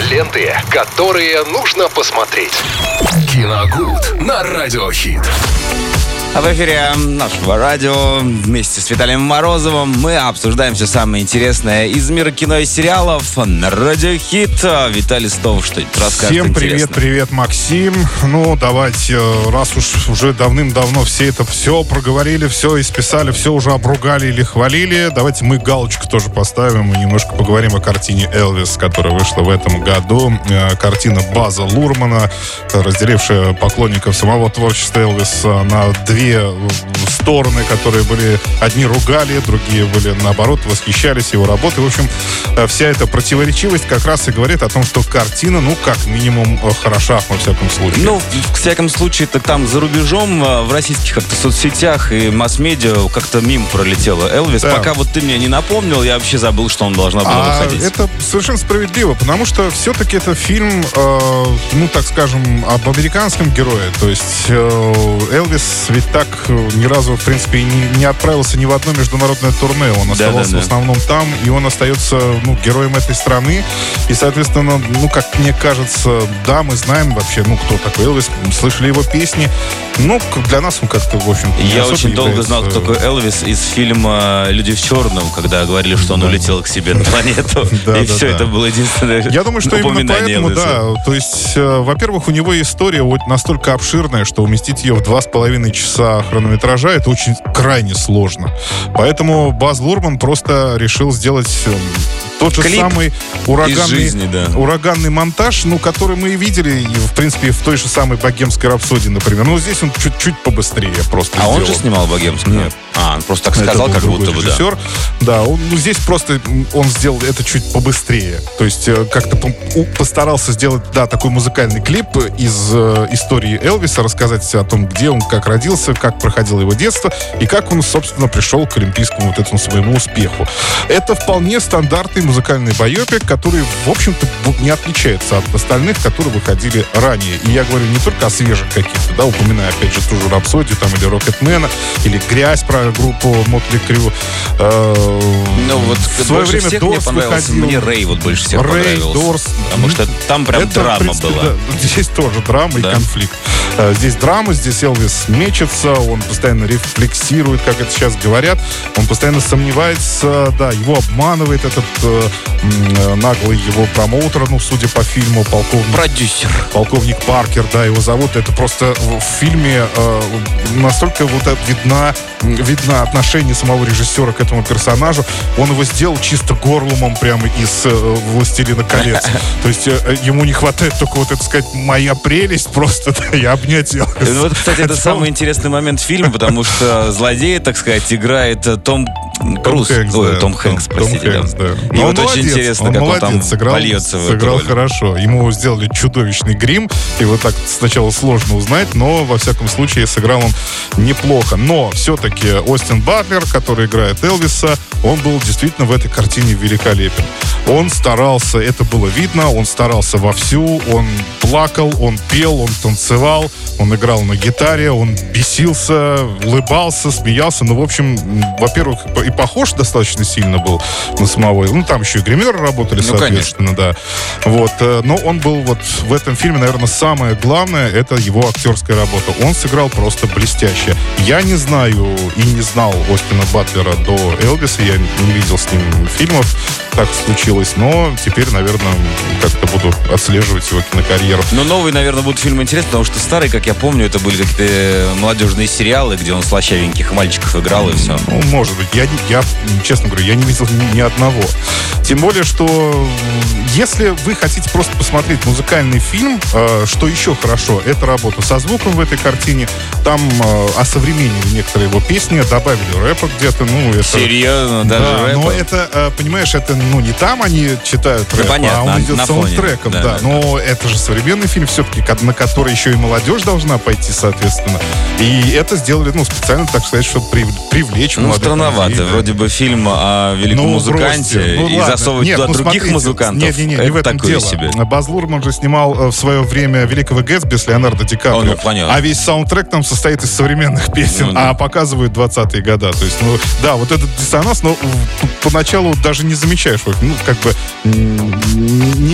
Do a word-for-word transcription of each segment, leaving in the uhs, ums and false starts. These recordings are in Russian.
Ленты, которые нужно посмотреть. Киногуд на Радиохит. А в эфире нашего радио вместе с Виталием Морозовым мы обсуждаем все самое интересное из мира кино и сериалов на Радиохит. Виталий Стов что-нибудь расскажет. Всем привет, интересное. привет, Максим. Ну, давайте, раз уж уже давным-давно все это все проговорили, все исписали, все уже обругали или хвалили, давайте мы галочку тоже поставим и немножко поговорим о картине «Элвис», которая вышла в этом году. Картина База Лурмана, разделившая поклонников самого творчества Элвиса на две стороны, которые были, одни ругали, другие были, наоборот, восхищались его работой. В общем, вся эта противоречивость как раз и говорит о том, что картина, ну, как минимум, хороша, во всяком случае. Ну, в всяком случае-то там за рубежом, в российских как-то соцсетях и масс-медиа как-то мимо пролетело Элвис. Да. Пока вот ты мне не напомнил, я вообще забыл, что он должна была а выходить. Это совершенно справедливо, потому что все-таки это фильм, э, ну, так скажем, об американском герое. То есть э, Элвис ведь так ни разу, в принципе, не, не отправился ни в одно международное турне. Он оставался да, да, да. в основном там, и он остается, ну, героем этой страны. И, соответственно, ну, как мне кажется, да, мы знаем вообще, ну, кто такой Элвис, слышали его песни. Ну, для нас он как-то, в общем-то, не Я особо очень долго является... знал, кто такой Элвис из фильма «Люди в черном», когда говорили, что он да. улетел к себе на планету. И все, это было единственное Я думаю, что именно поэтому, да. То есть, во-первых, у него история настолько обширная, что уместить ее в два с половиной часа хронометража это очень крайне сложно. Поэтому Баз Лурман просто решил сделать тот же клип самый ураганный, жизни, да. ураганный монтаж, ну, который мы и видели, в принципе, в той же самой «Богемской рапсодии», например. Ну, здесь он чуть-чуть побыстрее просто А сделал. он же снимал «Богемскую»? Нет. А, он просто так сказал, как будто бы, режиссер. Да. Да, он, ну, здесь просто он сделал это чуть побыстрее. То есть как-то постарался сделать, да, такой музыкальный клип из э, истории Элвиса, рассказать о том, где он, как родился, как проходило его детство и как он, собственно, пришел к олимпийскому вот этому своему успеху. Это вполне стандартный музыкальный байопик, который, в общем-то, не отличается от остальных, которые выходили ранее. И я говорю не только о свежих каких-то, да, упоминая, опять же, ту же «Рапсодию», там, или «Рокетмена», или «Грязь» про группу Мотли Крю. Ну, вот в свое больше время всех Дорс мне понравился, выходил. мне Рэй вот больше всех Рэй, понравился. Дорс. Потому что там прям это, драма в принципе, была. Да, здесь тоже драма да. и конфликт. Здесь драма, здесь Элвис мечется, он постоянно рефлексирует, как это сейчас говорят. Он постоянно сомневается, да, его обманывает этот э, наглый его промоутер, ну, судя по фильму, полковник... Продюсер. Полковник Паркер, да, его зовут. Это просто в фильме э, настолько вот видна, видно отношение самого режиссера к этому персонажу. Он его сделал чисто горлумом прямо из э, «Властелина колец». То есть э, ему не хватает только вот, это сказать, моя прелесть просто, да, и обнять ее. Вот, кстати, это самый интересный момент фильма, потому что злодей, так сказать, играет Том Круз. Том Хэнкс, Ой, да. Том Хэнкс, простите. Том Хэнкс, да. И вот очень интересно, как он там сыграл, вольется в эту сыграл роль. хорошо. Ему сделали чудовищный грим, его так сначала сложно узнать, но, во всяком случае, сыграл он неплохо. Но все-таки Остин Батлер, который играет Элвиса, он был действительно в этой картине великолепен. Он старался, это было видно, он старался вовсю, он плакал, он пел, он танцевал, он играл на гитаре, он бесился, улыбался, смеялся. Ну, в общем, во-первых, и похож достаточно сильно был на самого. Ну, там еще и гримеры работали, ну, соответственно, конечно. да. Вот. Но он был вот в этом фильме, наверное, самое главное, это его актерская работа. Он сыграл просто блестяще. Я не знаю и не знал Остина Батлера до Элвиса, я не видел с ним фильмов, так случилось, но теперь, наверное, как-то буду отслеживать его кинокарьеру. Но новый, наверное, будет фильм интересный, потому что старый, как я помню, это были какие-то молодежные сериалы, где он слащавеньких мальчиков играл, и все. Ну, может быть. Я, я, честно говорю, я не видел ни, ни одного. Тем более, что если вы хотите просто посмотреть музыкальный фильм, э, что еще хорошо, это работа со звуком в этой картине. Там э, осовременили некоторые его песни, добавили рэпа где-то. Ну, это, серьезно, даже да, рэпа? Но это, э, понимаешь, это ну не там они читают рэп, ну, понятно, а он идет на саундтреком. Да, да, да, но да. это же современный фильм все-таки, на который еще и молодежь должна пойти, соответственно. И это сделали, ну, специально, так сказать, чтобы привлечь ну, молодых странновато. людей. Вроде бы фильм о великом ну, музыканте, ну, и ладно. засовывать Нет, туда ну, других смотрите, музыкантов. Нет, нет, нет, это не в этом такое дело. себе. Баз Лурман же снимал в свое время «Великого Гэтсби» с Леонардо Ди Каприо. О, ну, понятно. А весь саундтрек там состоит из современных песен, ну, да. а показывают двадцатые года. То есть, ну, да, вот этот диссонанс, но поначалу даже не замечаешь. Ну, как бы не, не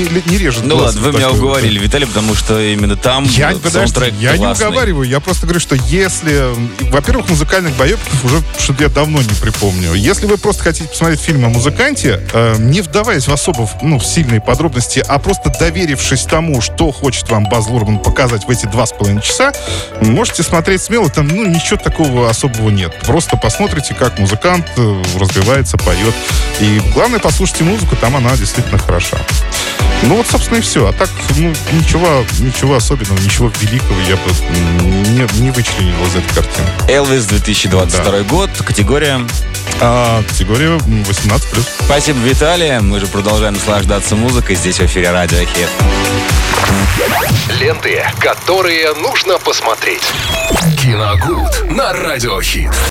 режет Ну глаз ладно, вы вот меня такой уговорили, вот. Виталий, потому что именно там Я, вот подожди, саундтрек я не классный. уговариваю, я просто говорю, что если... Во-первых, музыкальных боепиков уже что-то я давно не припомню. Если вы просто хотите посмотреть фильм о музыканте, э, не вдаваясь в особо ну, в сильные подробности, а просто доверившись тому, что хочет вам Баз Лурман показать в эти два с половиной часа, можете смотреть смело, там ну, ничего такого особого нет. Просто посмотрите, как музыкант э, развивается, поет. И главное, послушайте музыку, там она действительно хороша. Ну вот, собственно, и все. А так, ну, ничего, ничего особенного, ничего великого я бы не, не вычленил из этой картины. Элвис, две тысячи двадцать второй да. год, категория... А, категория восемнадцать плюс. Спасибо, Виталий. Мы же продолжаем наслаждаться музыкой здесь в эфире Радио Хит. Ленты, которые нужно посмотреть. Киногуд на Радио Хит.